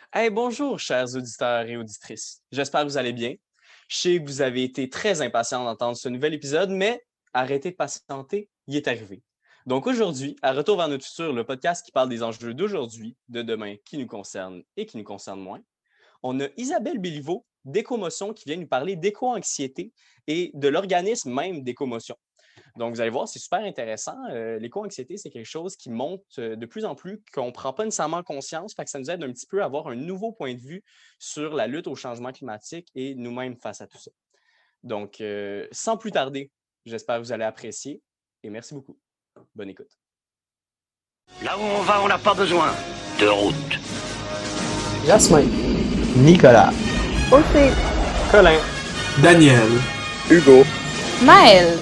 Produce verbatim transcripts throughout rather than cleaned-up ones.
Hey, bonjour, chers auditeurs et auditrices. J'espère que vous allez bien. Je sais que vous avez été très impatients d'entendre ce nouvel épisode, mais arrêtez de patienter, il est arrivé. Donc aujourd'hui, à Retour vers notre futur, le podcast qui parle des enjeux d'aujourd'hui, de demain, qui nous concernent et qui nous concernent moins, on a Isabelle Béliveau d'Écomotion qui vient nous parler d'éco-anxiété et de l'organisme même d'Écomotion. Donc, vous allez voir, c'est super intéressant. Euh, l'éco-anxiété, c'est quelque chose qui monte euh, de plus en plus, qu'on ne prend pas nécessairement conscience, fait que ça nous aide un petit peu à avoir un nouveau point de vue sur la lutte au changement climatique et nous-mêmes face à tout ça. Donc, euh, sans plus tarder, j'espère que vous allez apprécier et merci beaucoup. Bonne écoute. Là où on va, on n'a pas besoin de route. Jasmin, Nicolas, Ophé, Colin, Daniel, Hugo, Maël.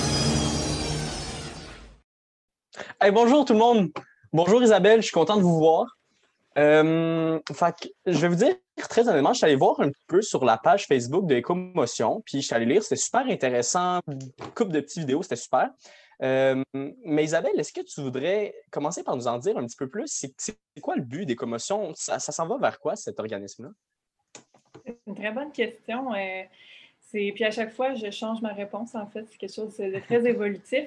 Hey, bonjour tout le monde. Bonjour Isabelle, je suis content de vous voir. Euh, fait que, je vais vous dire très honnêtement, je suis allé voir un peu sur la page Facebook de Écomotion, puis je suis allé lire, c'était super intéressant, une couple de petites vidéos, c'était super. Euh, mais Isabelle, est-ce que tu voudrais commencer par nous en dire un petit peu plus? C'est, c'est quoi le but d'Écomotion? Ça, ça s'en va vers quoi cet organisme-là? C'est une très bonne question. Euh, c'est... Puis à chaque fois, je change ma réponse, en fait. C'est quelque chose de très évolutif.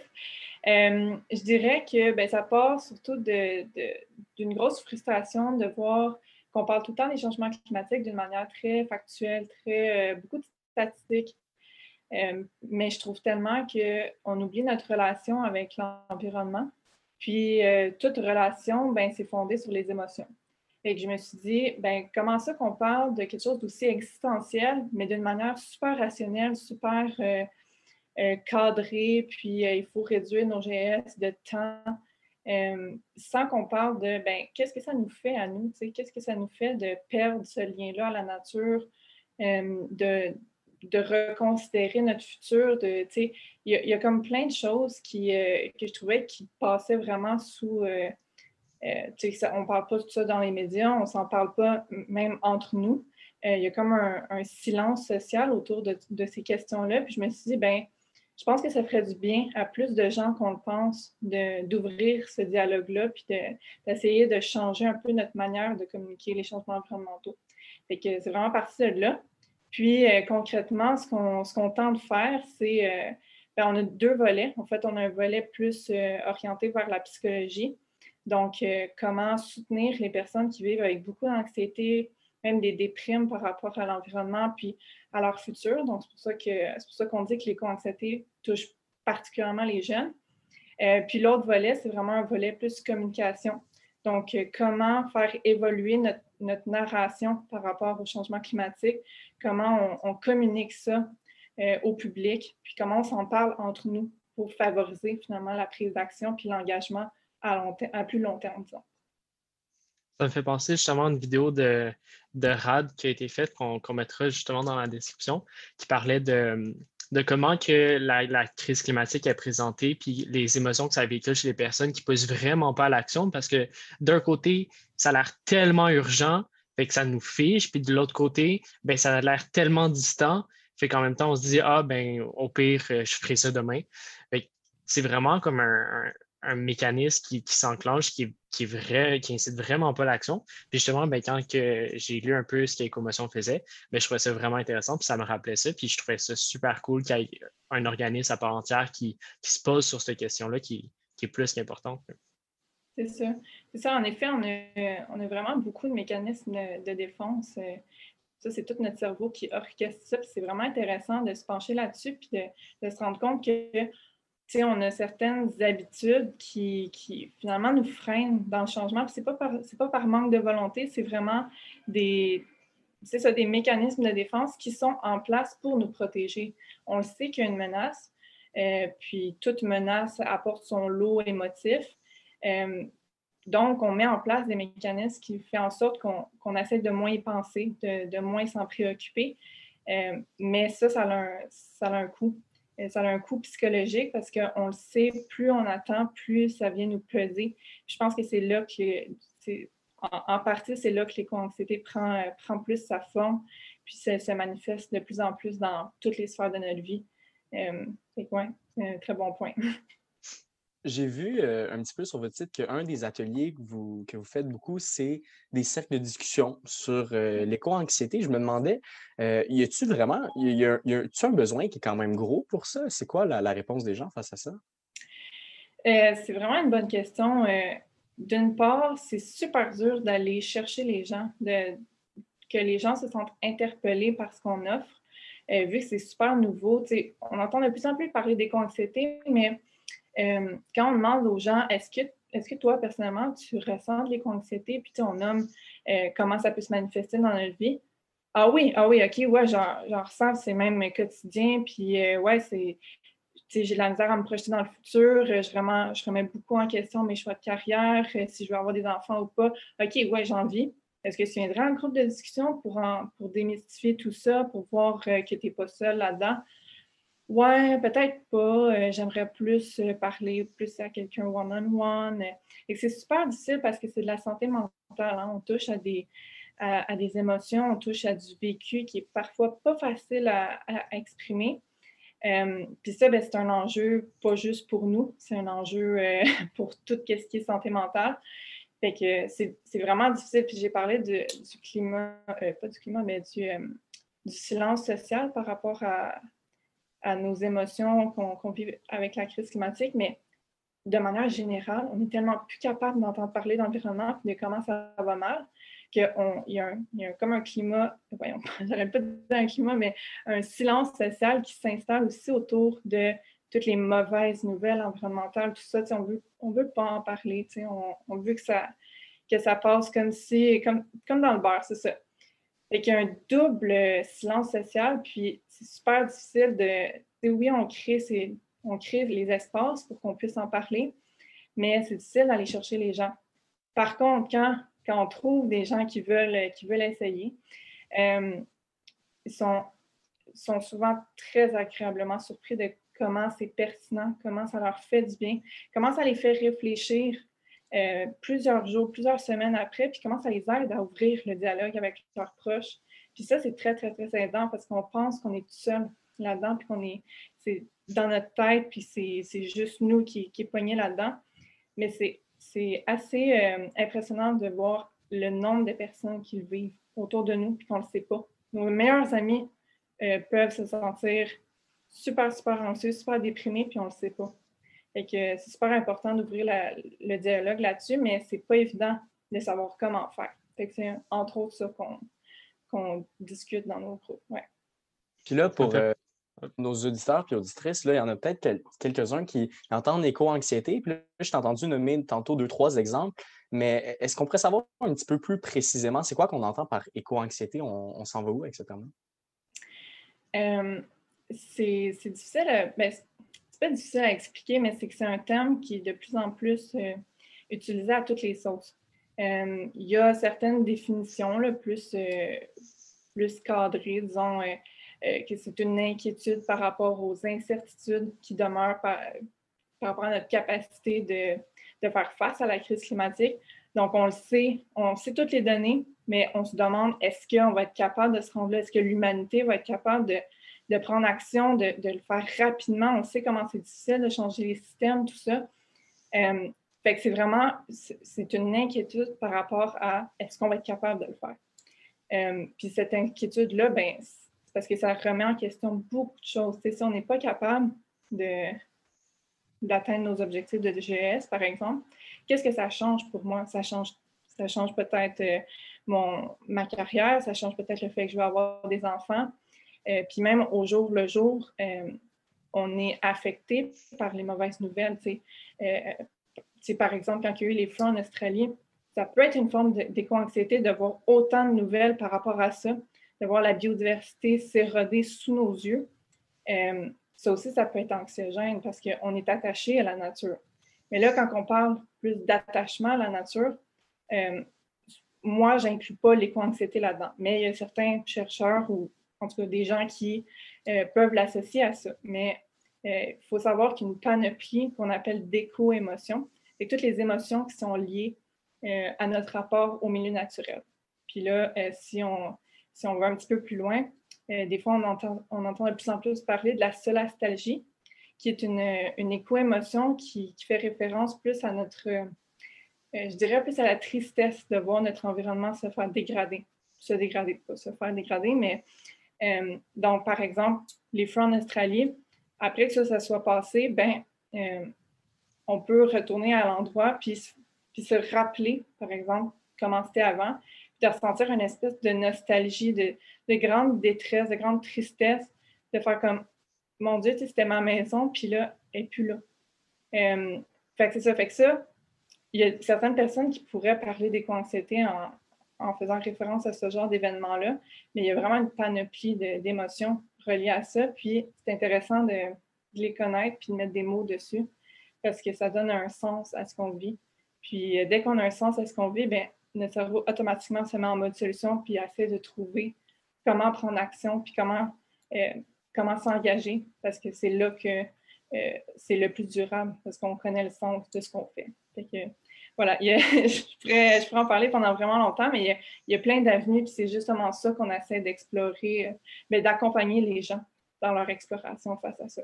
Euh, je dirais que ben, ça part surtout de, de, d'une grosse frustration de voir qu'on parle tout le temps des changements climatiques d'une manière très factuelle, très, euh, beaucoup de statistiques. Euh, mais je trouve tellement qu'on oublie notre relation avec l'environnement. Puis euh, toute relation, ben, c'est fondé sur les émotions. Et que je me suis dit, ben, comment ça qu'on parle de quelque chose d'aussi existentiel, mais d'une manière super rationnelle, super euh, euh, cadrée, puis euh, il faut réduire nos G S de temps, euh, sans qu'on parle de, ben, qu'est-ce que ça nous fait à nous, tu sais, qu'est-ce que ça nous fait de perdre ce lien-là à la nature, euh, de, de reconsidérer notre futur, de, tu sais, il y, y a comme plein de choses qui, euh, que je trouvais qui passaient vraiment sous... Euh, Euh, ça, on ne parle pas de ça dans les médias, on ne s'en parle pas même entre nous. Euh, il y a comme un, un silence social autour de, de ces questions-là. Puis je me suis dit, ben, je pense que ça ferait du bien à plus de gens qu'on le pense de, d'ouvrir ce dialogue-là, puis de, d'essayer de changer un peu notre manière de communiquer les changements environnementaux. Fait que c'est vraiment parti de là. Puis euh, concrètement, ce qu'on, ce qu'on tente de faire, c'est, euh, ben, on a deux volets. En fait, on a un volet plus euh, orienté vers la psychologie. Donc, euh, comment soutenir les personnes qui vivent avec beaucoup d'anxiété, même des déprimes par rapport à l'environnement, puis à leur futur. Donc, c'est pour ça, que, c'est pour ça qu'on dit que l'éco-anxiété touche particulièrement les jeunes. Euh, puis l'autre volet, c'est vraiment un volet plus communication. Donc, euh, comment faire évoluer notre, notre narration par rapport au changement climatique, comment on, on communique ça euh, au public, puis comment on s'en parle entre nous pour favoriser finalement la prise d'action puis l'engagement à, long te- à plus long terme, disons. Ça me fait penser justement à une vidéo de, de Rad qui a été faite, qu'on, qu'on mettra justement dans la description, qui parlait de, de comment que la, la crise climatique est présentée, puis les émotions que ça véhicule chez les personnes qui ne poussent vraiment pas à l'action, parce que d'un côté, ça a l'air tellement urgent, fait que ça nous fiche, puis de l'autre côté, ben, ça a l'air tellement distant, fait qu'en même temps, on se dit, ah, ben, au pire, je ferai ça demain. Fait que c'est vraiment comme un, un un mécanisme qui, qui s'enclenche, qui est, qui est vrai, qui incite vraiment pas l'action. Puis justement, ben, quand que j'ai lu un peu ce qu'Écomotion faisait, ben, je trouvais ça vraiment intéressant, puis ça me rappelait ça, puis je trouvais ça super cool qu'il y ait un organisme à part entière qui, qui se pose sur cette question-là, qui, qui est plus qu'importante. C'est ça. C'est ça, en effet, on a, on a vraiment beaucoup de mécanismes de, de défense. Ça, c'est tout notre cerveau qui orchestre ça, puis c'est vraiment intéressant de se pencher là-dessus, puis de, de se rendre compte que tu sais, on a certaines habitudes qui, qui, finalement, nous freinent dans le changement. Puis c'est pas par, c'est pas par manque de volonté, c'est vraiment des, c'est ça, des mécanismes de défense qui sont en place pour nous protéger. On le sait qu'il y a une menace, euh, puis toute menace apporte son lot émotif. Euh, donc, on met en place des mécanismes qui font en sorte qu'on, qu'on essaie de moins y penser, de, de moins s'en préoccuper. Euh, mais ça, ça a un, ça a un coût. Ça a un coût psychologique parce qu'on le sait, plus on attend, plus ça vient nous peser. Je pense que c'est là que, c'est, en, en partie, c'est là que l'éco-anxiété prend, prend plus sa forme, puis ça se manifeste de plus en plus dans toutes les sphères de notre vie. Euh, c'est, ouais, c'est un très bon point. J'ai vu euh, un petit peu sur votre site qu'un des ateliers que vous, que vous faites beaucoup, c'est des cercles de discussion sur euh, l'éco-anxiété. Je me demandais, euh, y a-t-il vraiment, y a, y a- y a-t-il un besoin qui est quand même gros pour ça? C'est quoi la, la réponse des gens face à ça? Euh, c'est vraiment une bonne question. Euh, d'une part, c'est super dur d'aller chercher les gens, de, que les gens se sentent interpellés par ce qu'on offre, euh, vu que c'est super nouveau. Tu sais, on entend de plus en plus parler d'éco-anxiété, mais euh, quand on demande aux gens, est-ce que, est-ce que toi, personnellement, tu ressens de l'éco-anxiété, puis tu sais, on nomme euh, comment ça peut se manifester dans notre vie. Ah oui, ah oui, OK, ouais, j'en, j'en ressens, c'est même quotidien, puis euh, ouais, c'est, tu sais, j'ai de la misère à me projeter dans le futur, euh, je, vraiment, je remets beaucoup en question mes choix de carrière, euh, si je veux avoir des enfants ou pas. OK, ouais, j'ai envie. Est-ce que tu viendrais à un groupe de discussion pour, en, pour démystifier tout ça, pour voir euh, que tu n'es pas seul là-dedans? Ouais, peut-être pas. Euh, j'aimerais plus euh, parler plus à quelqu'un one-on-one. Euh, Et c'est super difficile parce que c'est de la santé mentale, hein. On touche à des, à, à des émotions, on touche à du vécu qui est parfois pas facile à, à exprimer. Euh, Puis ça, ben, c'est un enjeu pas juste pour nous, c'est un enjeu euh, pour tout ce qui est santé mentale. Fait que c'est, c'est vraiment difficile. Puis j'ai parlé de, du climat, euh, pas du climat, mais du, euh, du silence social par rapport à, à nos émotions qu'on, qu'on vit avec la crise climatique. Mais de manière générale, on est tellement plus capable d'entendre parler d'environnement et de comment ça va mal qu'il y a, un, il y a comme un climat, voyons, j'arrête pas de dire un climat, mais un silence social qui s'installe aussi autour de toutes les mauvaises nouvelles environnementales, tout ça. On veut, on veut pas en parler, on, on veut que ça, que ça passe comme si, comme, comme dans le beurre, c'est ça. Fait qu'il y a un double silence social, puis c'est super difficile de... Oui, on crée, ces, on crée les espaces pour qu'on puisse en parler, mais c'est difficile d'aller chercher les gens. Par contre, quand, quand on trouve des gens qui veulent, qui veulent essayer, euh, ils sont, sont souvent très agréablement surpris de comment c'est pertinent, comment ça leur fait du bien, comment ça les fait réfléchir euh, plusieurs jours, plusieurs semaines après, puis comment ça les aide à ouvrir le dialogue avec leurs proches. Puis ça, c'est très, très, très aidant parce qu'on pense qu'on est tout seul là-dedans, puis qu'on est, c'est dans notre tête, puis c'est, c'est juste nous qui, qui est poigné là-dedans. Mais c'est, c'est assez euh, impressionnant de voir le nombre de personnes qui le vivent autour de nous, puis qu'on ne le sait pas. Nos meilleurs amis euh, peuvent se sentir super, super anxieux, super déprimés, puis on ne le sait pas. Fait que c'est super important d'ouvrir la, le dialogue là-dessus, mais c'est pas évident de savoir comment faire. Fait que c'est entre autres ça qu'on, qu'on discute dans nos groupes. Ouais. Puis là, Ça me pour fait euh, nos auditeurs et auditrices, là, il y en a peut-être quel- quelques-uns qui entendent éco-anxiété. Puis là, je t'ai entendu nommer tantôt deux, trois exemples, mais est-ce qu'on pourrait savoir un petit peu plus précisément, c'est quoi qu'on entend par éco-anxiété? On, on s'en va où avec ce terme-là? Euh, c'est, c'est difficile, à, ben, c'est pas difficile à expliquer, mais c'est que c'est un terme qui est de plus en plus euh, utilisé à toutes les sauces. Euh, il y a certaines définitions là, plus, euh, plus cadrées, disons, euh, euh, que c'est une inquiétude par rapport aux incertitudes qui demeurent par, par rapport à notre capacité de, de faire face à la crise climatique. Donc, on le sait, on sait toutes les données, mais on se demande, est-ce qu'on va être capable de se rendre là? Est-ce que l'humanité va être capable de, de prendre action, de, de le faire rapidement? On sait comment c'est difficile de changer les systèmes, tout ça. Euh, fait que c'est vraiment, c'est une inquiétude par rapport à est-ce qu'on va être capable de le faire. Euh, puis cette inquiétude-là, ben, c'est parce que ça remet en question beaucoup de choses. T'sais, si on n'est pas capable de, d'atteindre nos objectifs de G S, par exemple, qu'est-ce que ça change pour moi? Ça change, ça change peut-être euh, mon, ma carrière, ça change peut-être le fait que je vais avoir des enfants. Euh, puis même au jour le jour, euh, on est affecté par les mauvaises nouvelles. Euh, par exemple, quand il y a eu les feux en Australie, ça peut être une forme d'éco-anxiété de voir autant de nouvelles par rapport à ça, de voir la biodiversité s'éroder sous nos yeux. Euh, ça aussi, ça peut être anxiogène parce qu'on est attaché à la nature. Mais là, quand on parle plus d'attachement à la nature, euh, moi, je n'inclus pas l'éco-anxiété là-dedans. Mais il y a certains chercheurs ou en tout cas des gens qui euh, peuvent l'associer à ça. Mais il euh, faut savoir qu'il y a une panoplie qu'on appelle d'éco-émotions. C'est toutes les émotions qui sont liées euh, à notre rapport au milieu naturel. Puis là, euh, si, on, si on va un petit peu plus loin, euh, des fois, on entend, on entend de plus en plus parler de la solastalgie, qui est une, une éco-émotion qui, qui fait référence plus à notre, euh, je dirais plus à la tristesse de voir notre environnement se faire dégrader. Se dégrader, pas se faire dégrader, mais euh, donc, par exemple, les feux en Australie, après que ça, ça soit passé, ben, euh, on peut retourner à l'endroit puis, puis se rappeler, par exemple, comment c'était avant, puis de ressentir une espèce de nostalgie, de, de grande détresse, de grande tristesse, de faire comme, mon Dieu, c'était ma maison, puis là, elle n'est plus là. Euh, fait que c'est ça. Fait que ça, il y a certaines personnes qui pourraient parler d'éco-anxiété en, en faisant référence à ce genre d'événement-là, mais il y a vraiment une panoplie de, d'émotions reliées à ça, puis c'est intéressant de, de les connaître puis de mettre des mots dessus, parce que ça donne un sens à ce qu'on vit. Puis dès qu'on a un sens à ce qu'on vit, bien, notre cerveau automatiquement se met en mode solution puis essaie de trouver comment prendre action puis comment, euh, comment s'engager, parce que c'est là que euh, c'est le plus durable, parce qu'on connaît le sens de ce qu'on fait. Fait que, voilà, il y a, je, pourrais, je pourrais en parler pendant vraiment longtemps, mais il y a, il y a plein d'avenues, puis c'est justement ça qu'on essaie d'explorer, euh, mais d'accompagner les gens dans leur exploration face à ça.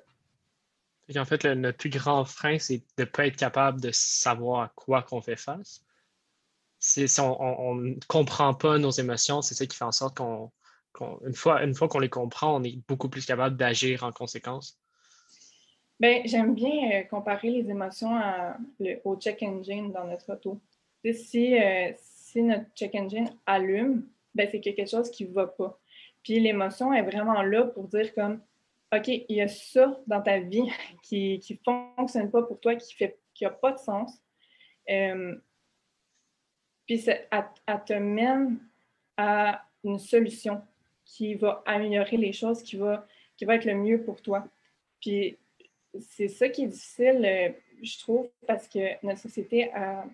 Et en fait, le, notre plus grand frein, c'est de ne pas être capable de savoir à quoi qu'on fait face. C'est, si on ne comprend pas nos émotions, c'est ça qui fait en sorte qu'on, qu'on une fois, une fois qu'on les comprend, on est beaucoup plus capable d'agir en conséquence. Bien, j'aime bien euh, comparer les émotions à, le, au check engine dans notre auto. Si, euh, si notre check engine allume, ben, c'est qu'il y a quelque chose qui ne va pas. Puis l'émotion est vraiment là pour dire comme, OK, il y a ça dans ta vie qui ne fonctionne pas pour toi, qui n'a qui pas de sens. Euh, puis ça, elle, elle te mène à une solution qui va améliorer les choses, qui va, qui va être le mieux pour toi. Puis c'est ça qui est difficile, euh, je trouve, parce que notre société euh,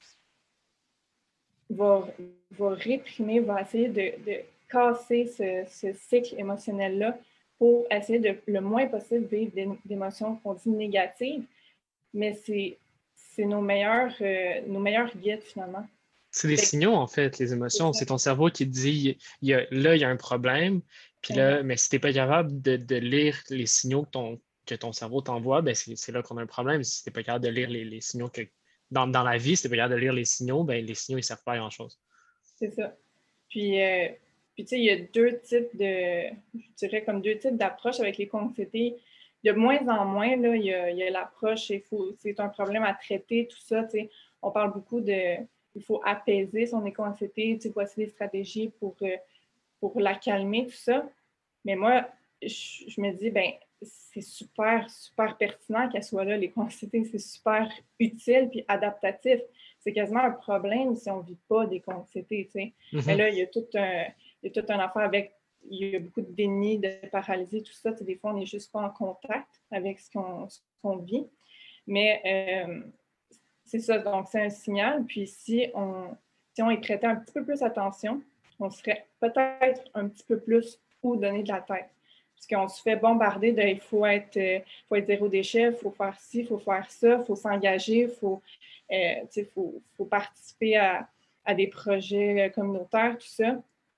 va, va réprimer, va essayer de, de casser ce, ce cycle émotionnel-là pour essayer de le moins possible vivre des, des émotions qu'on dit négatives, mais c'est, c'est nos meilleurs, euh, nos meilleurs guides finalement. C'est des signaux, en fait, les émotions. C'est, c'est ton cerveau qui te dit, il y a, là, il y a un problème, puis là, mm-hmm. mais si tu n'es pas capable de, de lire les signaux que ton, que ton cerveau t'envoie, ben c'est, c'est là qu'on a un problème. Si tu n'es pas capable de lire les, les signaux que, dans, dans la vie, si tu n'es pas capable de lire les signaux, ben les signaux, ils ne servent pas à grand-chose. C'est ça. Puis, euh, puis tu sais, il y a deux types de, je dirais comme deux types d'approches avec l'éco-anxiété. De moins en moins, là, il y a, il y a l'approche, il faut, c'est un problème à traiter, tout ça, tu sais. On parle beaucoup de, il faut apaiser son éco-anxiété, tu sais, voici des stratégies pour, euh, pour la calmer, tout ça. Mais moi, je, je me dis, ben c'est super, super pertinent qu'elle soit là, l'éco-anxiété, c'est super utile puis adaptatif. C'est quasiment un problème si on ne vit pas d'éco-anxiété, tu sais. Mm-hmm. Mais là, il y a tout un, il y a toute une affaire avec, il y a beaucoup de déni, de paralysie, tout ça. Tu sais, des fois, on n'est juste pas en contact avec ce qu'on, ce qu'on vit. Mais euh, c'est ça, donc c'est un signal. Puis si on, si on y prêtait un petit peu plus attention, on serait peut-être un petit peu plus où donner de la tête. Parce qu'on se fait bombarder de il faut être, euh, faut être zéro déchet, il faut faire ci, il faut faire ça, il faut s'engager, il faut, euh, faut, faut participer à, à des projets communautaires, tout ça.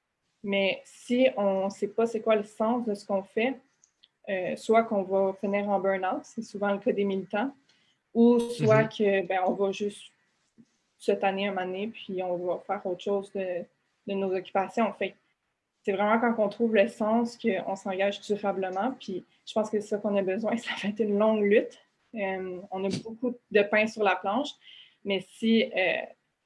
Mais si on ne sait pas c'est quoi le sens de ce qu'on fait, euh, soit qu'on va finir en burn-out, c'est souvent le cas des militants, ou soit mm-hmm. que ben, on va juste se tanner un moment donné, puis on va faire autre chose de, de nos occupations. Fait c'est vraiment quand on trouve le sens qu'on s'engage durablement. Puis je pense que c'est ça qu'on a besoin. Ça va être une longue lutte. Euh, on a beaucoup de pain sur la planche. Mais si, euh,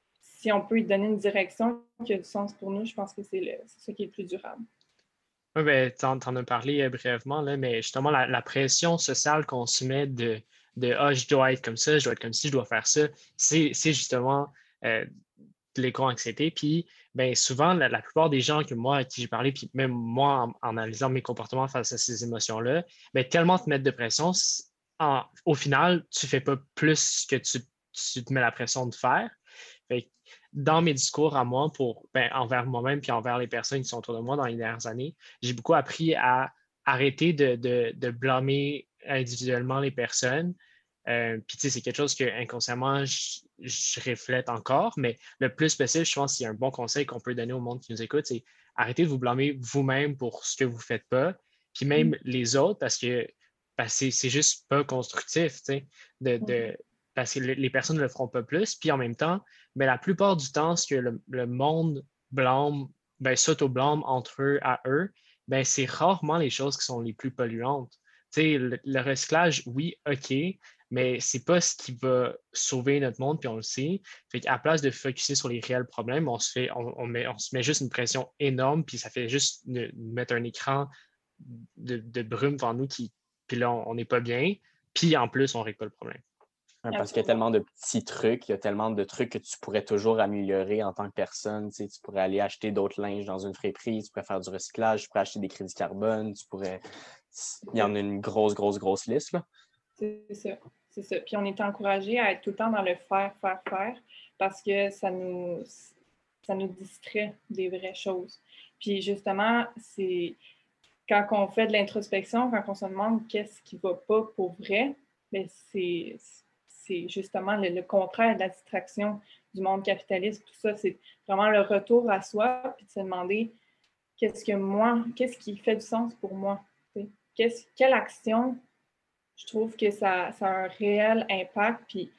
si on peut y donner une direction qui a du sens pour nous, je pense que c'est, le, c'est ça qui est le plus durable. Oui, bien, tu en as parlé euh, brièvement, là, mais justement, la, la pression sociale qu'on se met de de ah, je dois être comme ça, je dois être comme ci, je dois faire ça, c'est, c'est justement euh, de l'éco-anxiété. Puis, bien, souvent, la, la plupart des gens que moi, à qui j'ai parlé, puis même moi, en, en analysant mes comportements face à ces émotions-là, bien, tellement te mettre de pression, en, au final, tu ne fais pas plus que tu, tu te mets la pression de faire. Fait que dans mes discours à moi, pour, ben, envers moi-même puis envers les personnes qui sont autour de moi dans les dernières années, j'ai beaucoup appris à arrêter de, de, de blâmer individuellement les personnes. Euh, puis, tu sais, c'est quelque chose que inconsciemment, je, je reflète encore, mais le plus possible, je pense qu'il y a un bon conseil qu'on peut donner au monde qui nous écoute, c'est arrêtez de vous blâmer vous-même pour ce que vous ne faites pas, puis même mm. les autres, parce que ben, c'est, c'est juste pas constructif, tu sais, de, de, parce que les personnes ne le feront pas plus. Puis en même temps, ben, la plupart du temps, ce que le, le monde blâme, ben, s'auto-blâme entre eux à eux, ben, c'est rarement les choses qui sont les plus polluantes. Tu sais, le, le recyclage, oui, OK, mais c'est pas ce qui va sauver notre monde, puis on le sait. Fait qu'à place de focuser sur les réels problèmes, on se fait, on, on met, on se met juste une pression énorme, puis ça fait juste de, mettre un écran de, de brume devant nous, qui, puis là, on n'est pas bien, puis en plus, on ne règle pas le problème. Ouais, parce qu'il y a tellement de petits trucs, il y a tellement de trucs que tu pourrais toujours améliorer en tant que personne. Tu sais, tu pourrais aller acheter d'autres linges dans une friperie, tu pourrais faire du recyclage, tu pourrais acheter des crédits carbone, tu pourrais. Il y en a une grosse, grosse, grosse liste, là. C'est ça, c'est ça. Puis on est encouragé à être tout le temps dans le faire, faire, faire, parce que ça nous, ça nous distrait des vraies choses. Puis justement, c'est quand on fait de l'introspection, quand on se demande qu'est-ce qui ne va pas pour vrai, bien c'est, c'est justement le, le contraire de la distraction du monde capitaliste. Tout ça, c'est vraiment le retour à soi, puis de se demander qu'est-ce que moi, qu'est-ce qui fait du sens pour moi? Qu'est-ce, quelle action je trouve que ça, ça a un réel impact, puis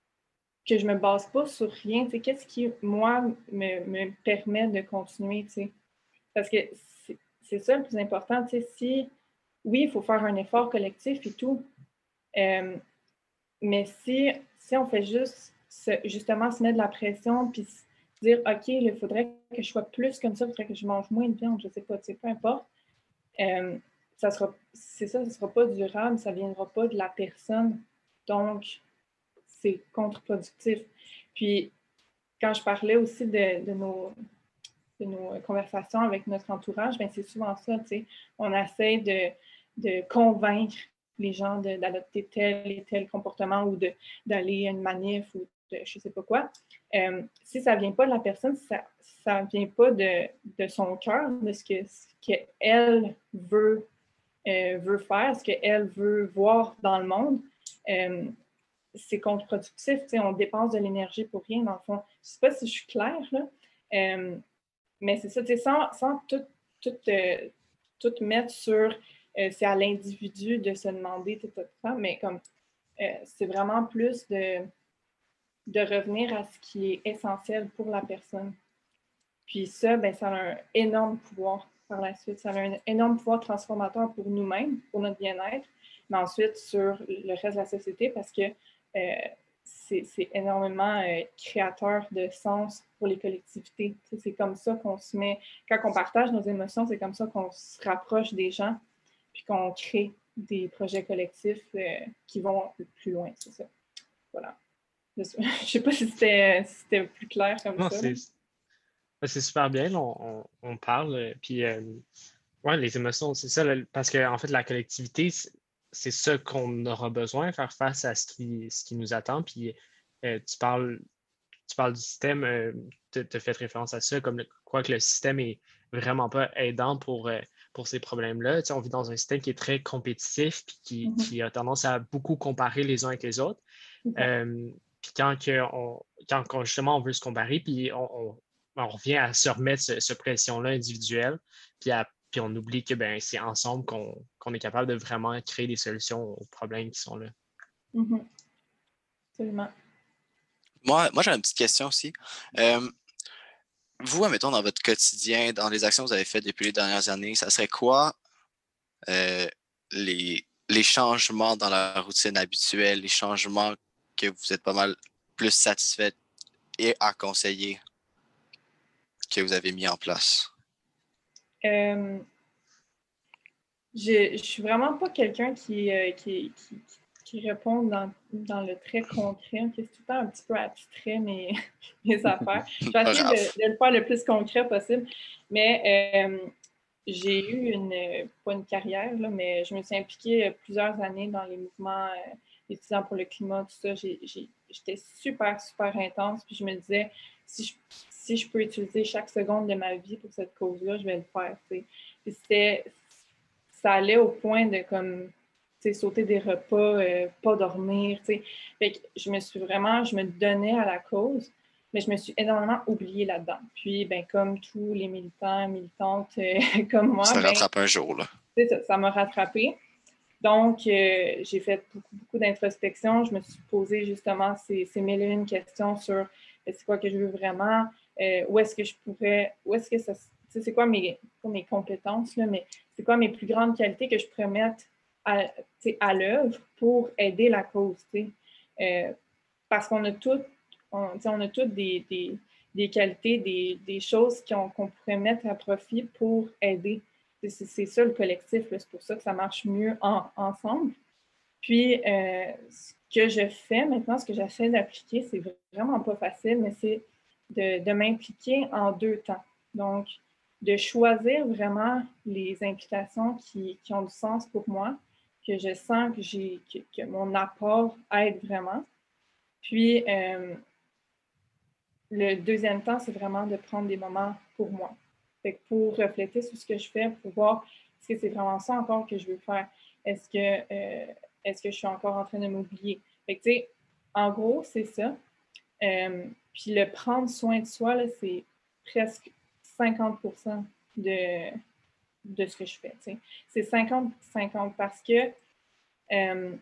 que je ne me base pas sur rien. Tu sais, qu'est-ce qui, moi, me, me permet de continuer, tu sais? Parce que c'est, c'est ça le plus important, tu sais. Si, oui, il faut faire un effort collectif et tout, euh, mais si, si on fait juste, se, justement, se mettre de la pression, puis se dire, OK, il faudrait que je sois plus comme ça, il faudrait que je mange moins de viande, je ne sais pas, tu sais, peu importe. Euh, ça sera, c'est ça, ça ne sera pas durable, ça ne viendra pas de la personne. Donc, c'est contre-productif. Puis, quand je parlais aussi de, de, nos, de nos conversations avec notre entourage, bien, c'est souvent ça, tu sais. On essaie de, de convaincre les gens de, d'adopter tel et tel comportement ou de, d'aller à une manif ou de je ne sais pas quoi. Euh, si ça ne vient pas de la personne, si ça ne vient pas de, de son cœur, de ce, que, ce qu'elle veut Euh, veut faire, ce qu'elle veut voir dans le monde, euh, c'est contre-productif. On dépense de l'énergie pour rien, dans le fond. Je ne sais pas si je suis claire, là, euh, mais c'est ça, sans, sans tout, tout, euh, tout mettre sur euh, c'est à l'individu de se demander tout ça, mais comme euh, c'est vraiment plus de, de revenir à ce qui est essentiel pour la personne. Puis ça, ben, ça a un énorme pouvoir par la suite. Ça a un énorme pouvoir transformateur pour nous-mêmes, pour notre bien-être, mais ensuite sur le reste de la société parce que euh, c'est, c'est énormément euh, créateur de sens pour les collectivités. Tu sais, c'est comme ça qu'on se met, quand on partage nos émotions, c'est comme ça qu'on se rapproche des gens puis qu'on crée des projets collectifs euh, qui vont plus loin, c'est ça. Voilà. Je ne sais pas si c'était, si c'était plus clair comme non, ça. C'est... C'est super bien, on, on, on parle. Puis, euh, ouais, les émotions, c'est ça, parce qu'en en fait, la collectivité, c'est, c'est ça qu'on aura besoin, faire face à ce qui, ce qui nous attend. Puis, euh, tu, parles, tu parles du système, euh, tu as fait référence à ça, comme le, quoi que le système est vraiment pas aidant pour, euh, pour ces problèmes-là. Tu sais, on vit dans un système qui est très compétitif puis qui, mm-hmm. qui a tendance à beaucoup comparer les uns avec les autres. Okay. Euh, puis quand, que on, quand on, justement on veut se comparer, puis on, on on revient à se remettre ce, ce pression-là individuelle, puis, à, puis on oublie que ben, c'est ensemble qu'on, qu'on est capable de vraiment créer des solutions aux problèmes qui sont là. Mm-hmm. Absolument. Moi, moi, j'ai une petite question aussi. Euh, vous, admettons, dans votre quotidien, dans les actions que vous avez faites depuis les dernières années, ça serait quoi euh, les, les changements dans la routine habituelle, les changements que vous êtes pas mal plus satisfait et à conseiller que vous avez mis en place? Euh, je ne suis vraiment pas quelqu'un qui, euh, qui, qui, qui répond dans, dans le très concret. C'est tout le temps un petit peu abstrait, mes, mes affaires. Je vais essayer de, de le faire le plus concret possible. Mais euh, j'ai eu une, pas une carrière, là, mais je me suis impliquée plusieurs années dans les mouvements euh, étudiants pour le climat, tout ça. J'ai, j'ai, j'étais super, super intense. Puis je me disais, si je si je peux utiliser chaque seconde de ma vie pour cette cause-là, je vais le faire. Puis c'était, ça allait au point de comme, sauter des repas, euh, pas dormir. Fait que je me suis vraiment, je me donnais à la cause, mais je me suis énormément oubliée là-dedans. Puis, ben, comme tous les militants, militantes euh, comme moi. Ça ben, rattrape un jour, là. C'est ça, ça m'a rattrapée. Donc, euh, j'ai fait beaucoup, beaucoup d'introspection. Je me suis posé justement ces, ces mille et une questions sur euh, c'est quoi que je veux vraiment, euh, où est-ce que je pourrais, où est-ce que ça, c'est quoi mes, pas mes compétences, là, mais c'est quoi mes plus grandes qualités que je pourrais mettre à, à l'œuvre pour aider la cause. Euh, parce qu'on a toutes on, on a toutes des, des, des qualités, des, des choses qu'on, qu'on pourrait mettre à profit pour aider. C'est, c'est ça le collectif, là. C'est pour ça que ça marche mieux en, ensemble. Puis, euh, ce que je fais maintenant, ce que j'essaie d'appliquer, c'est vraiment pas facile, mais c'est de, de m'impliquer en deux temps. Donc, de choisir vraiment les implications qui, qui ont du sens pour moi, que je sens que, j'ai, que, que mon apport aide vraiment. Puis, euh, le deuxième temps, c'est vraiment de prendre des moments pour moi. Fait que pour refléter sur ce que je fais, pour voir est-ce que c'est vraiment ça encore que je veux faire. Est-ce que, euh, est-ce que je suis encore en train de m'oublier? Fait que, tu sais, en gros, c'est ça. Euh, puis le prendre soin de soi, là, c'est presque cinquante pour cent de, de ce que je fais. T'sais. C'est cinquante cinquante parce que euh,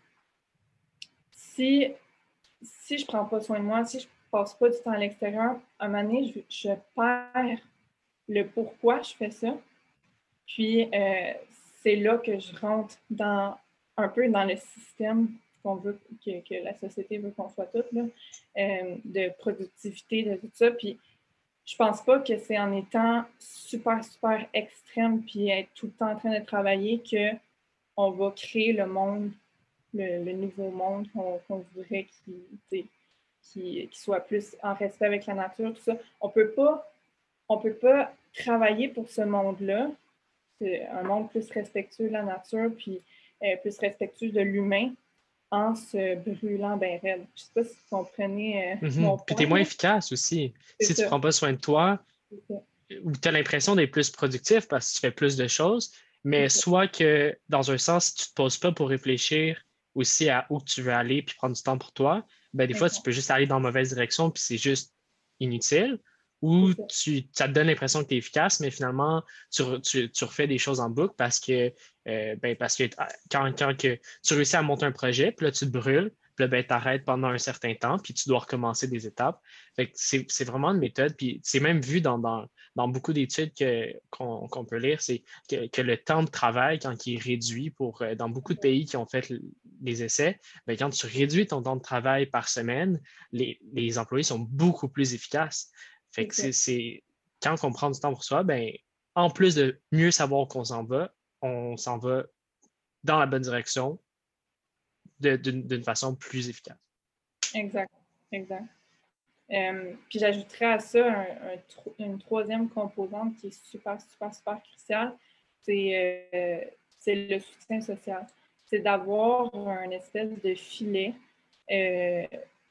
si, si je ne prends pas soin de moi, si je ne passe pas du temps à l'extérieur, à un moment donné, je, je perds le pourquoi je fais ça. Puis euh, c'est là que je rentre dans un peu dans le système qu'on veut, que, que la société veut qu'on soit toutes, là, euh, de productivité, de tout ça. Puis je pense pas que c'est en étant super, super extrême puis être tout le temps en train de travailler qu'on va créer le monde, le, le nouveau monde qu'on, qu'on voudrait qui, qui, qui soit plus en respect avec la nature, tout ça. On peut pas, on peut pas travailler pour ce monde-là. C'est un monde plus respectueux de la nature puis euh, plus respectueux de l'humain en se brûlant bien raide. Je sais pas si vous comprenez euh, Mm-hmm. mon Puis point. tu es moins efficace aussi. C'est si ça. tu ne prends pas soin de toi, ou tu as l'impression d'être plus productif parce que tu fais plus de choses, mais soit que dans un sens, tu ne te poses pas pour réfléchir aussi à où tu veux aller puis prendre du temps pour toi, ben des fois, tu peux juste aller dans la mauvaise direction puis c'est juste inutile. Ou tu, ça te donne l'impression que tu es efficace, mais finalement, tu, tu, tu refais des choses en boucle parce que, euh, ben parce que quand, quand que tu réussis à monter un projet, puis là, tu te brûles, puis là, ben, tu arrêtes pendant un certain temps, puis tu dois recommencer des étapes. Fait que c'est, c'est vraiment une méthode, puis c'est même vu dans, dans, dans beaucoup d'études que, qu'on, qu'on peut lire, c'est que, que le temps de travail, quand il est réduit pour, dans beaucoup de pays qui ont fait les essais, ben, quand tu réduis ton temps de travail par semaine, les, les employés sont beaucoup plus efficaces. Fait que c'est, c'est quand on prend du temps pour soi, ben, en plus de mieux savoir qu'on s'en va, on s'en va dans la bonne direction de, d'une, d'une façon plus efficace. Exact, exact. Euh, puis j'ajouterais à ça un, un, une troisième composante qui est super, super, super cruciale, c'est, euh, c'est le soutien social. C'est d'avoir un espèce de filet. Euh,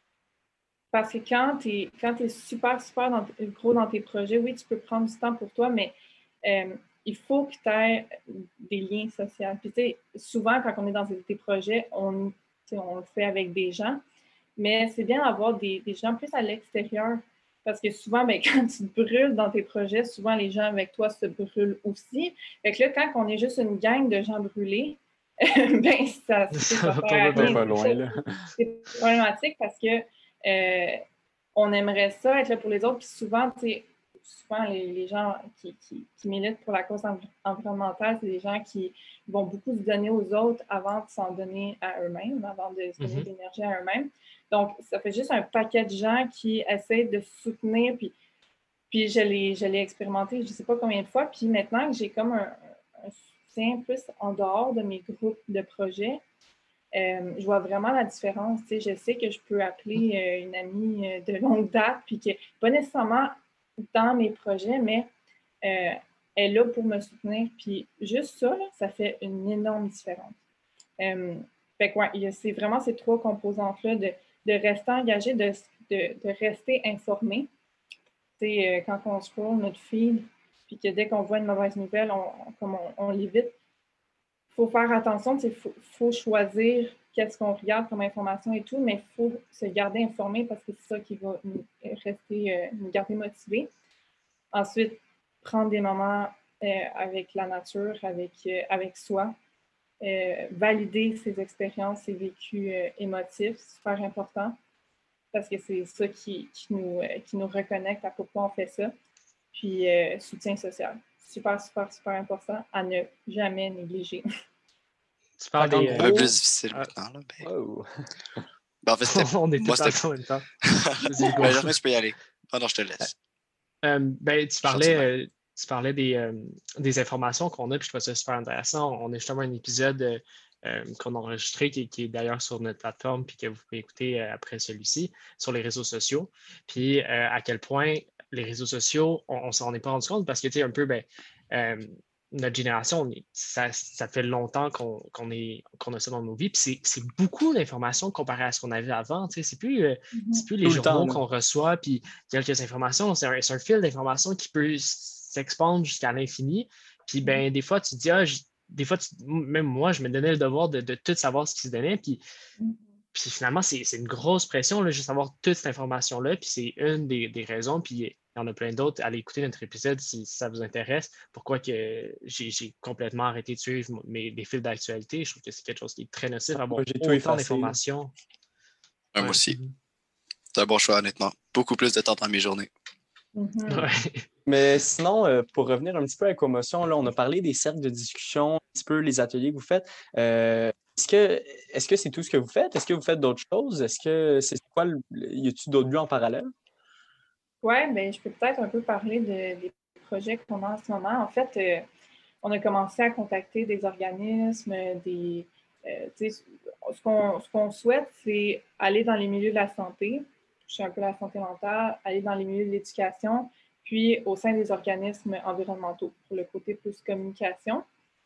parce que quand tu es quand t'es super, super dans, gros dans tes projets, oui, tu peux prendre du temps pour toi, mais euh, il faut que tu aies des liens sociaux. Puis tu sais, souvent, quand on est dans des projets, on, on le fait avec des gens, mais c'est bien d'avoir des, des gens plus à l'extérieur. Parce que souvent, bien, quand tu te brûles dans tes projets, souvent les gens avec toi se brûlent aussi. Fait que là, quand on est juste une gang de gens brûlés, ben ça, ça va pas, pas loin, là. C'est problématique parce que euh, on aimerait ça être là pour les autres. Puis souvent, tu sais, souvent les, les gens qui, qui, qui militent pour la cause environnementale, c'est des gens qui vont beaucoup se donner aux autres avant de s'en donner à eux-mêmes, avant de se donner mm-hmm. de l'énergie à eux-mêmes. Donc, ça fait juste un paquet de gens qui essaient de soutenir. Puis, puis je, l'ai, je l'ai expérimenté je ne sais pas combien de fois. Puis maintenant que j'ai comme un, un soutien plus en dehors de mes groupes de projets, euh, je vois vraiment la différence. Tu sais, je sais que je peux appeler euh, une amie euh, de longue date, puis qui n'est pas nécessairement dans mes projets, mais euh, elle est là pour me soutenir. Puis juste ça, là, ça fait une énorme différence. Euh, fait que, ouais, c'est vraiment ces trois composantes-là de, de rester engagé, de, de, de rester informé. Tu sais, euh, quand on scroll notre feed, puis que dès qu'on voit une mauvaise nouvelle, on, on, comme on, on l'évite. Il faut faire attention, il faut, faut choisir qu'est-ce qu'on regarde comme information et tout, mais il faut se garder informé parce que c'est ça qui va nous, rester, euh, nous garder motivés. Ensuite, prendre des moments euh, avec la nature, avec, euh, avec soi. euh, valider ses expériences, ses vécus euh, émotifs, c'est super important parce que c'est ça qui, qui, nous, euh, qui nous reconnecte à pourquoi on fait ça. Puis, euh, soutien social. Super, super, super important à ne jamais négliger. Tu parles Fait qu'en des. Un gros- peu euh, plus difficile ah. maintenant. Là, ben... Wow. Ben, en fait, c'était... on est moi, tous c'était... en même temps. Vas-y, Hugo. Ben, Germain, tu peux y aller. Ah non, je te laisse. Euh, ben, tu Gentiment. parlais, euh, tu parlais des, euh, des informations qu'on a, puis je trouve ça super intéressant. On a justement un épisode euh, euh, qu'on a enregistré qui, qui est d'ailleurs sur notre plateforme, puis que vous pouvez écouter euh, après celui-ci, sur les réseaux sociaux. Puis euh, à quel point les réseaux sociaux, on ne s'en est pas rendu compte parce que, tu sais, un peu, ben, euh, notre génération, on est- ça, ça fait longtemps qu'on qu'on est, qu'on a ça dans nos vies. Puis c'est- c'est beaucoup d'informations comparé à ce qu'on avait avant. Tu sais, c'est plus, euh, c'est plus les Tout le temps, journaux là. qu'on reçoit, puis quelques informations. C'est un, c'est un fil d'informations qui peut s'expandre jusqu'à l'infini. Puis ben, des fois, tu te dis, ah, je- des fois, tu- même moi, je me donnais le devoir de, de tout savoir ce qui se donnait. Puis, puis finalement, c'est c'est une grosse pression, là, juste avoir toute cette information-là. Puis c'est une des, des raisons. Puis il y en a plein d'autres. Allez écouter notre épisode si, si ça vous intéresse. Pourquoi que j'ai j'ai complètement arrêté de suivre mes, des fils d'actualité. Je trouve que c'est quelque chose qui est très nocif, avoir Moi, j'ai tout autant effacé. d'informations. Ouais, Ouais. Moi aussi. Mhm. C'est un bon choix, honnêtement. Beaucoup plus de temps dans mes journées. Mhm. Ouais. Mais sinon, euh, pour revenir un petit peu à la commotion, là, on a parlé des cercles de discussion, un petit peu les ateliers que vous faites. Euh, est-ce que est-ce que c'est tout ce que vous faites? Est-ce que vous faites d'autres choses? Est-ce que c'est quoi? Le, y a-t-il d'autres buts en parallèle? Oui, ben, je peux peut-être un peu parler de, des projets qu'on a en ce moment. En fait, euh, on a commencé à contacter des organismes, des, euh, tu sais, ce qu'on ce qu'on souhaite, c'est aller dans les milieux de la santé, toucher un peu la santé mentale, aller dans les milieux de l'éducation, puis au sein des organismes environnementaux, pour le côté plus communication.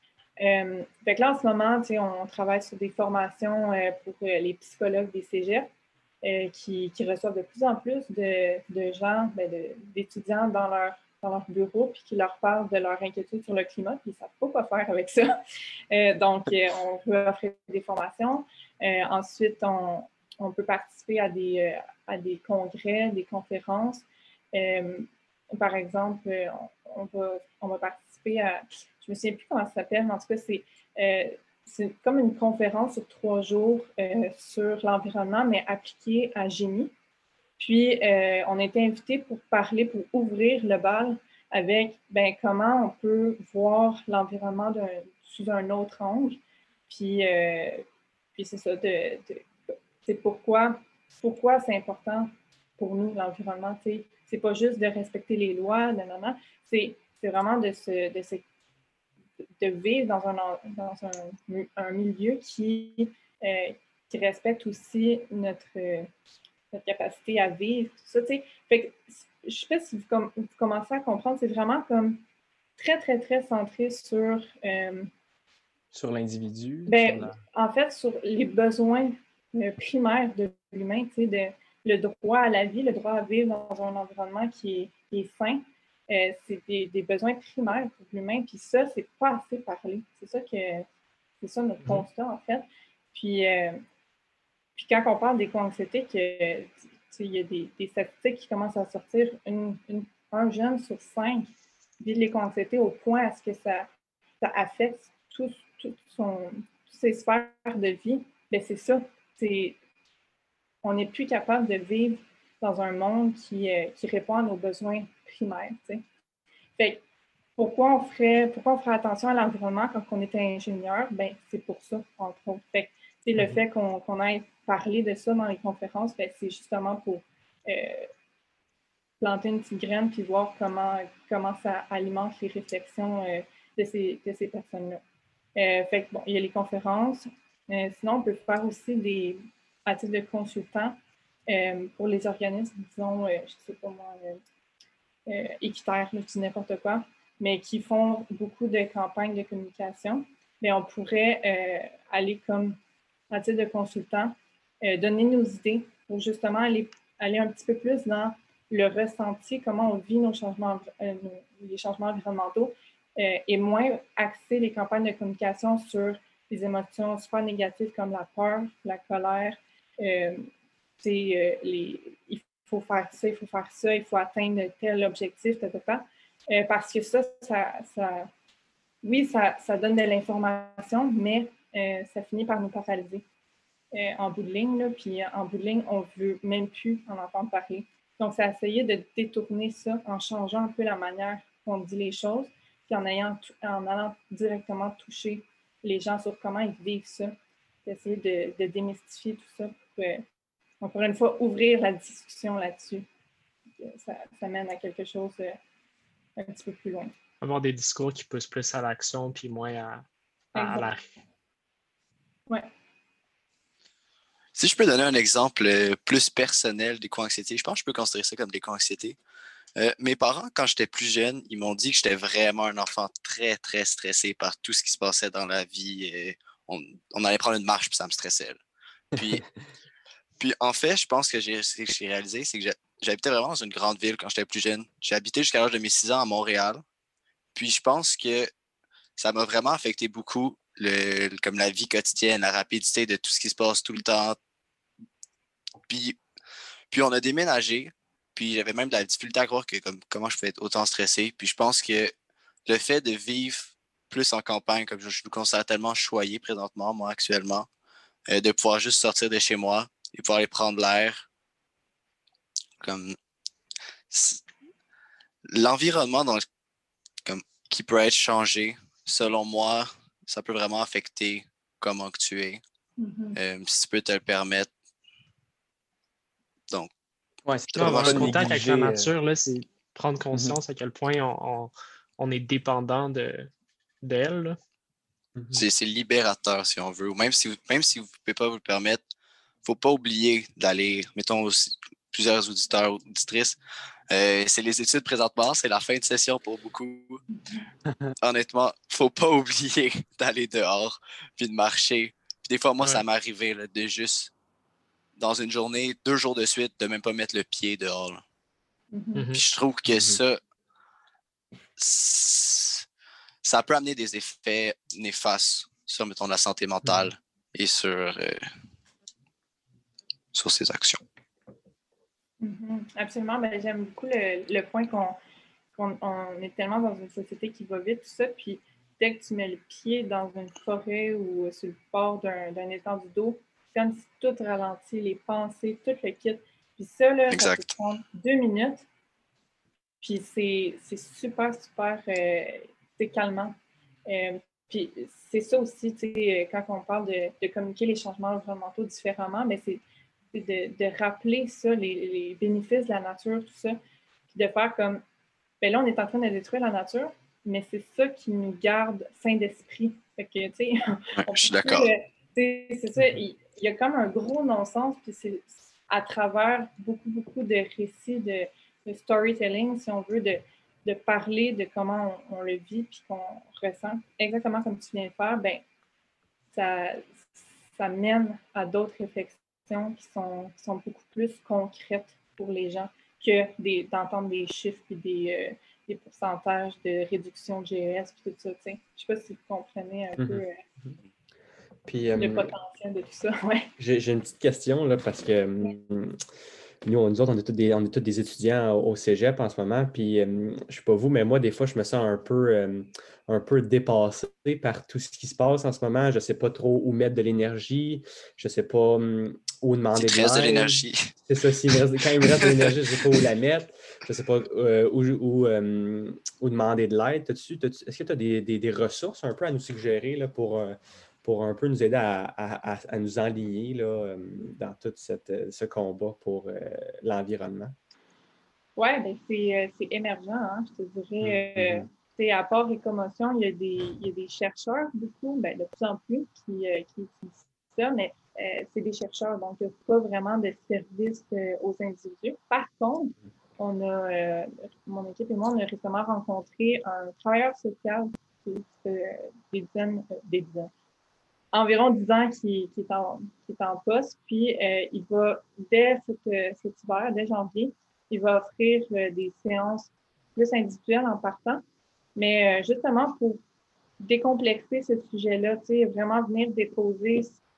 Euh, fait que là, en ce moment, tu sais, on travaille sur des formations euh, pour euh, les psychologues des cégeps euh, qui, qui reçoivent de plus en plus de, de gens, ben de, d'étudiants dans leur, dans leur bureau, puis qui leur parlent de leur inquiétude sur le climat, puis ils ne savent pas quoi faire avec ça. Euh, donc, euh, on peut offrir des formations. Euh, ensuite, on, on peut participer à des, euh, à des congrès, des conférences. Euh, par exemple, on, on, va, on va participer à... Je ne me souviens plus comment ça s'appelle, mais en tout cas, c'est, euh, c'est comme une conférence sur trois jours euh, sur l'environnement, mais appliquée à génie. Puis, euh, on a été invités pour parler, pour ouvrir le bal avec ben, comment on peut voir l'environnement d'un, sous un autre angle. Puis, euh, puis c'est ça, de, de, c'est pourquoi, pourquoi c'est important pour nous, l'environnement. T'sais. C'est pas juste de respecter les lois, non, non, non. C'est, c'est vraiment de se, de se de vivre dans un, dans un, un milieu qui, euh, qui respecte aussi notre, euh, notre capacité à vivre, tout ça, tu sais. Fait que, je ne sais pas si vous, com vous commencez à comprendre, c'est vraiment comme très, très, très centré sur... Euh, sur l'individu? Ben, sur la... En fait, sur les besoins euh, primaires de l'humain, tu sais, de, le droit à la vie, le droit à vivre dans un environnement qui est, qui est sain. Euh, c'est des, des besoins primaires pour l'humain, puis ça, c'est pas assez parlé. C'est ça que c'est ça notre constat, en fait. Puis, euh, puis quand on parle d'éco-anxiété, que il y a des, des statistiques qui commencent à sortir, une, une, un jeune sur cinq vit de l'éco-anxiété au point à ce que ça, ça affecte tout, tout son, toutes ses sphères de vie. Bien, c'est ça. C'est, on n'est plus capable de vivre dans un monde qui, euh, qui répond à nos besoins primaires. T'sais. Fait que, pourquoi on ferait, pourquoi on ferait attention à l'environnement quand on était ingénieur? Ben, c'est pour ça, entre autres. Fait que, le fait qu'on, qu'on ait parlé de ça dans les conférences, ben, c'est justement pour euh, planter une petite graine puis voir comment, comment ça alimente les réflexions euh, de ces, de ces personnes-là. Euh, fait que, bon, il y a les conférences. Euh, sinon, on peut faire aussi des, à titre de consultant euh, pour les organismes, disons, euh, je ne sais pas moi, euh, euh, équitaires, je dis n'importe quoi, mais qui font beaucoup de campagnes de communication. Mais on pourrait euh, aller comme à titre de consultant, euh, donner nos idées pour justement aller, aller un petit peu plus dans le ressenti, comment on vit nos changements, euh, nos, les changements environnementaux, euh, et moins axer les campagnes de communication sur les émotions super négatives comme la peur, la colère, euh, euh, les, il faut faire ça, il faut faire ça, il faut atteindre tel objectif, ta, ta, ta. Euh, parce que ça, ça, ça oui, ça, ça donne de l'information, mais euh, ça finit par nous paralyser euh, en bout de ligne. Là, puis en bout de ligne, on ne veut même plus en entendre parler. Donc, c'est essayer de détourner ça en changeant un peu la manière qu'on dit les choses, puis en, ayant, en allant directement toucher les gens sur comment ils vivent ça, essayer de, de démystifier tout ça pour, euh, encore une fois, ouvrir la discussion là-dessus. Ça, ça mène à quelque chose euh, un petit peu plus loin. Avoir des discours qui poussent plus à l'action puis moins à, à, à la... Ouais. Si je peux donner un exemple euh, plus personnel d'éco-anxiété, je pense que je peux considérer ça comme de l'éco-anxiété. Euh, mes parents, quand j'étais plus jeune, ils m'ont dit que j'étais vraiment un enfant très, très stressé par tout ce qui se passait dans la vie. Et on, on allait prendre une marche, puis ça me stressait. Puis, puis en fait, je pense que j'ai, ce que j'ai réalisé, c'est que j'habitais vraiment dans une grande ville quand j'étais plus jeune. J'ai habité jusqu'à l'âge de mes six ans à Montréal. Puis je pense que ça m'a vraiment affecté beaucoup, le, comme la vie quotidienne, la rapidité de tout ce qui se passe tout le temps. Puis, puis on a déménagé. Puis j'avais même de la difficulté à croire que comme, comment je pouvais être autant stressé. Puis je pense que le fait de vivre plus en campagne, comme je, je me considère tellement choyé présentement, moi, actuellement, euh, de pouvoir juste sortir de chez moi et pouvoir aller prendre l'air, comme l'environnement dans le, comme, qui peut être changé, selon moi, ça peut vraiment affecter comment que tu es. Mm-hmm. Euh, si tu peux te le permettre. Donc, ouais, c'est non, avoir un contact négliger, avec la nature, là, c'est prendre conscience mm-hmm. à quel point on, on, on est dépendant de, d'elle. Mm-hmm. C'est, c'est libérateur, si on veut. Ou même si, vous, même si vous ne pouvez pas vous le permettre, il ne faut pas oublier d'aller, mettons aussi, plusieurs auditeurs, auditrices, euh, c'est les études présentement, c'est la fin de session pour beaucoup. Honnêtement, il ne faut pas oublier d'aller dehors puis de marcher. Puis des fois, moi, ouais. ça m'est arrivé là, de juste, dans une journée, deux jours de suite, de même pas mettre le pied dehors. Là. Mm-hmm. Puis je trouve que mm-hmm. ça, ça peut amener des effets néfastes sur, mettons, la santé mentale mm-hmm. et sur, euh, sur ses actions. Mm-hmm. Absolument. Ben, j'aime beaucoup le, le point qu'on, qu'on on est tellement dans une société qui va vite, tout ça, puis dès que tu mets le pied dans une forêt ou sur le bord d'un, d'un étendue d'eau, c'est comme si tout ralentit, les pensées, tout le kit. Puis ça, là, ça peut prendre deux minutes. Puis c'est, c'est super, super euh, calmant. Euh, puis c'est ça aussi, tu sais, quand on parle de, de communiquer les changements environnementaux différemment, mais c'est, c'est de, de rappeler ça, les, les bénéfices de la nature, tout ça. Puis de faire comme, ben là, on est en train de détruire la nature, mais c'est ça qui nous garde sains d'esprit. Fait que, tu sais, ouais, je suis d'accord. Euh, c'est ça, il, il y a comme un gros non-sens, puis c'est à travers beaucoup, beaucoup de récits, de, de storytelling, si on veut, de, de parler de comment on, on le vit, puis qu'on ressent, exactement comme tu viens de faire, ben ça, ça mène à d'autres réflexions qui sont, qui sont beaucoup plus concrètes pour les gens que des, d'entendre des chiffres et des, euh, des pourcentages de réduction de G E S et tout ça. Je ne sais pas si vous comprenez un mm-hmm. peu euh, Puis, le euh, potentiel de tout ça. Ouais. J'ai, j'ai une petite question là, parce que ouais. nous, nous autres, on est tous des, on est tous des étudiants au cégep en ce moment. Puis, euh, je ne sais pas vous, mais moi, des fois, je me sens un peu, euh, un peu dépassé par tout ce qui se passe en ce moment. Je ne sais pas trop où mettre de l'énergie. Je ne sais pas um, où demander de l'aide. Il reste de l'énergie. C'est ça. S'il me reste, quand il me reste de l'énergie, je ne sais pas où la mettre. Je ne sais pas euh, où, où, um, où demander de l'aide. T'as-tu, t'as-tu, est-ce que tu as des, des, des ressources un peu à nous suggérer là, pour... Euh, pour un peu nous aider à, à, à nous enligner là, dans tout cette, ce combat pour euh, l'environnement? Oui, ben c'est, c'est émergent, hein, je te dirais. Mm-hmm. Euh, à part les commotions, il y a des, il y a des chercheurs, beaucoup, ben, de plus en plus, qui, euh, qui utilisent ça, mais euh, c'est des chercheurs, donc il n'y a pas vraiment de service euh, aux individus. Par contre, on a, euh, mon équipe et moi, on a récemment rencontré un travailleur social qui fait des dizaines, des dizaines, environ dix ans qui, qui, est, en, qui est en poste. Puis, euh, il va, dès cette, cet hiver, dès janvier, il va offrir euh, des séances plus individuelles en partant. Mais euh, justement, pour décomplexer ce sujet-là, tu sais, vraiment venir déposer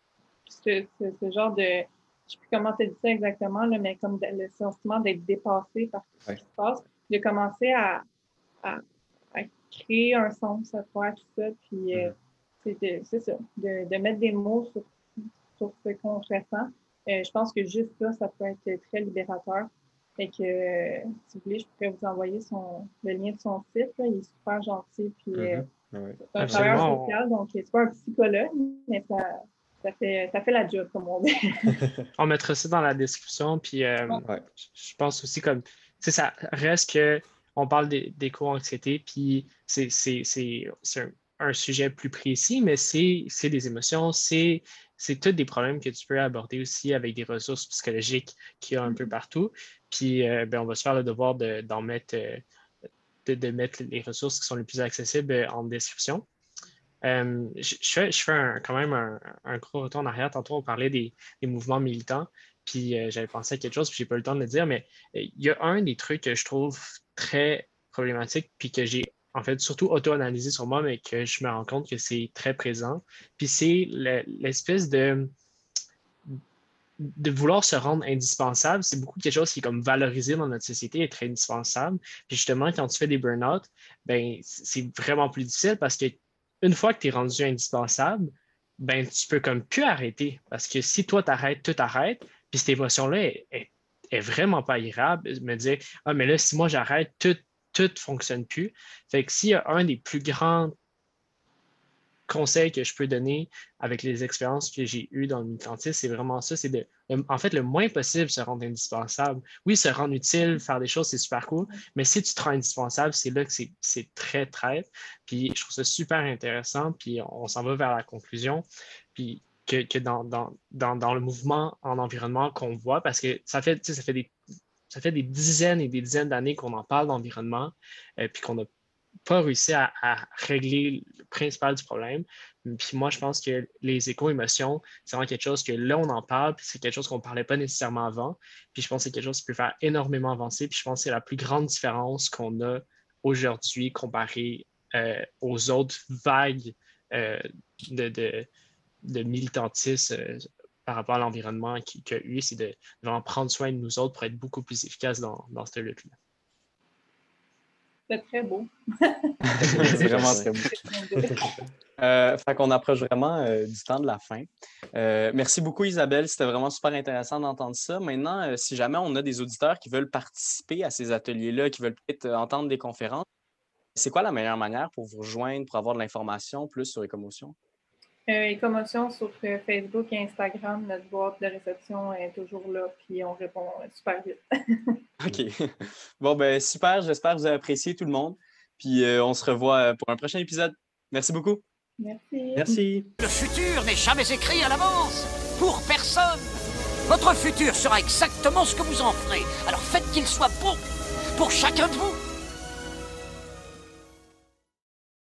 ce, ce, ce genre de... Je ne sais plus comment tu dis ça exactement, là, mais comme de, le sentiment d'être dépassé par tout ouais. ce qui se passe, de commencer à, à, à créer un sens à faire tout ça, puis... Euh, c'est, de, c'est ça, de, de mettre des mots sur, sur ce qu'on ressent. Euh, je pense que juste ça, ça peut être très libérateur. Fait que, euh, si vous voulez, je pourrais vous envoyer son, le lien de son site. Là. Il est super gentil. Puis, euh, Mm-hmm. Oui. c'est un Absolument. travailleur social, donc c'est pas un psychologue, mais ça, ça, fait, ça fait la job, comme on dit. On mettra ça dans la description. Puis euh, Ouais. je pense aussi comme, tu sais, ça reste que on parle des, d'éco-anxiété, puis c'est, c'est, c'est, c'est un, un sujet plus précis, mais c'est, c'est des émotions, c'est, c'est tous des problèmes que tu peux aborder aussi avec des ressources psychologiques qu'il y a un peu partout. Puis euh, ben, on va se faire le devoir de, d'en mettre, euh, de, de mettre les ressources qui sont les plus accessibles en description. Euh, je, je fais, je fais un, quand même un, un gros retour en arrière. Tantôt, on parlait des, des mouvements militants, puis euh, j'avais pensé à quelque chose, puis j'ai pas eu le temps de le dire, mais euh, il y a un des trucs que je trouve très problématique, puis que j'ai en fait surtout auto-analysé sur moi, mais que je me rends compte que c'est très présent, puis c'est le, l'espèce de de vouloir se rendre indispensable. C'est beaucoup quelque chose qui est comme valorisé dans notre société, être indispensable. Puis justement, quand tu fais des burn-out, ben, c'est vraiment plus difficile parce que une fois que tu es rendu indispensable, ben, tu peux comme plus arrêter. Parce que si toi, tu arrêtes, tout arrête. Puis cette émotion-là est, est, est vraiment pas agréable. Me dire, ah, mais là, si moi j'arrête, tout tout fonctionne plus. Fait que s'il y a un des plus grands conseil que je peux donner avec les expériences que j'ai eues dans le militantisme, c'est vraiment ça, c'est de, en fait, le moins possible se rendre indispensable. Oui, se rendre utile, faire des choses, c'est super cool, mais si tu te rends indispensable, c'est là que c'est, c'est très traite. Puis je trouve ça super intéressant, puis on s'en va vers la conclusion, puis que, que dans, dans, dans, dans le mouvement en environnement qu'on voit, parce que ça fait, tu sais, ça fait des, ça fait des dizaines et des dizaines d'années qu'on en parle d'environnement, euh, puis qu'on a pas réussi à, à régler le principal du problème. Puis moi, je pense que les éco-émotions, c'est vraiment quelque chose que là, on en parle, puis c'est quelque chose qu'on ne parlait pas nécessairement avant. Puis je pense que c'est quelque chose qui peut faire énormément avancer. Puis je pense que c'est la plus grande différence qu'on a aujourd'hui comparé euh, aux autres vagues euh, de, de, de militantisme euh, par rapport à l'environnement qu'il y a eu, c'est de, de vraiment prendre soin de nous autres pour être beaucoup plus efficace dans, dans cette lutte-là. C'est très beau. C'est vraiment très beau. Euh, fait qu'on approche vraiment euh, du temps de la fin. Euh, merci beaucoup, Isabelle. C'était vraiment super intéressant d'entendre ça. Maintenant, euh, si jamais on a des auditeurs qui veulent participer à ces ateliers-là, qui veulent peut-être euh, entendre des conférences, c'est quoi la meilleure manière pour vous rejoindre, pour avoir de l'information plus sur Écomotion? Euh, Écomotion sur euh, Facebook et Instagram, notre boîte de réception est toujours là, puis on répond euh, super vite. OK. Bon, ben super. J'espère que vous avez apprécié tout le monde. Puis euh, on se revoit pour un prochain épisode. Merci beaucoup. Merci. Merci. Le futur n'est jamais écrit à l'avance, pour personne. Votre futur sera exactement ce que vous en ferez. Alors faites qu'il soit bon pour chacun de vous.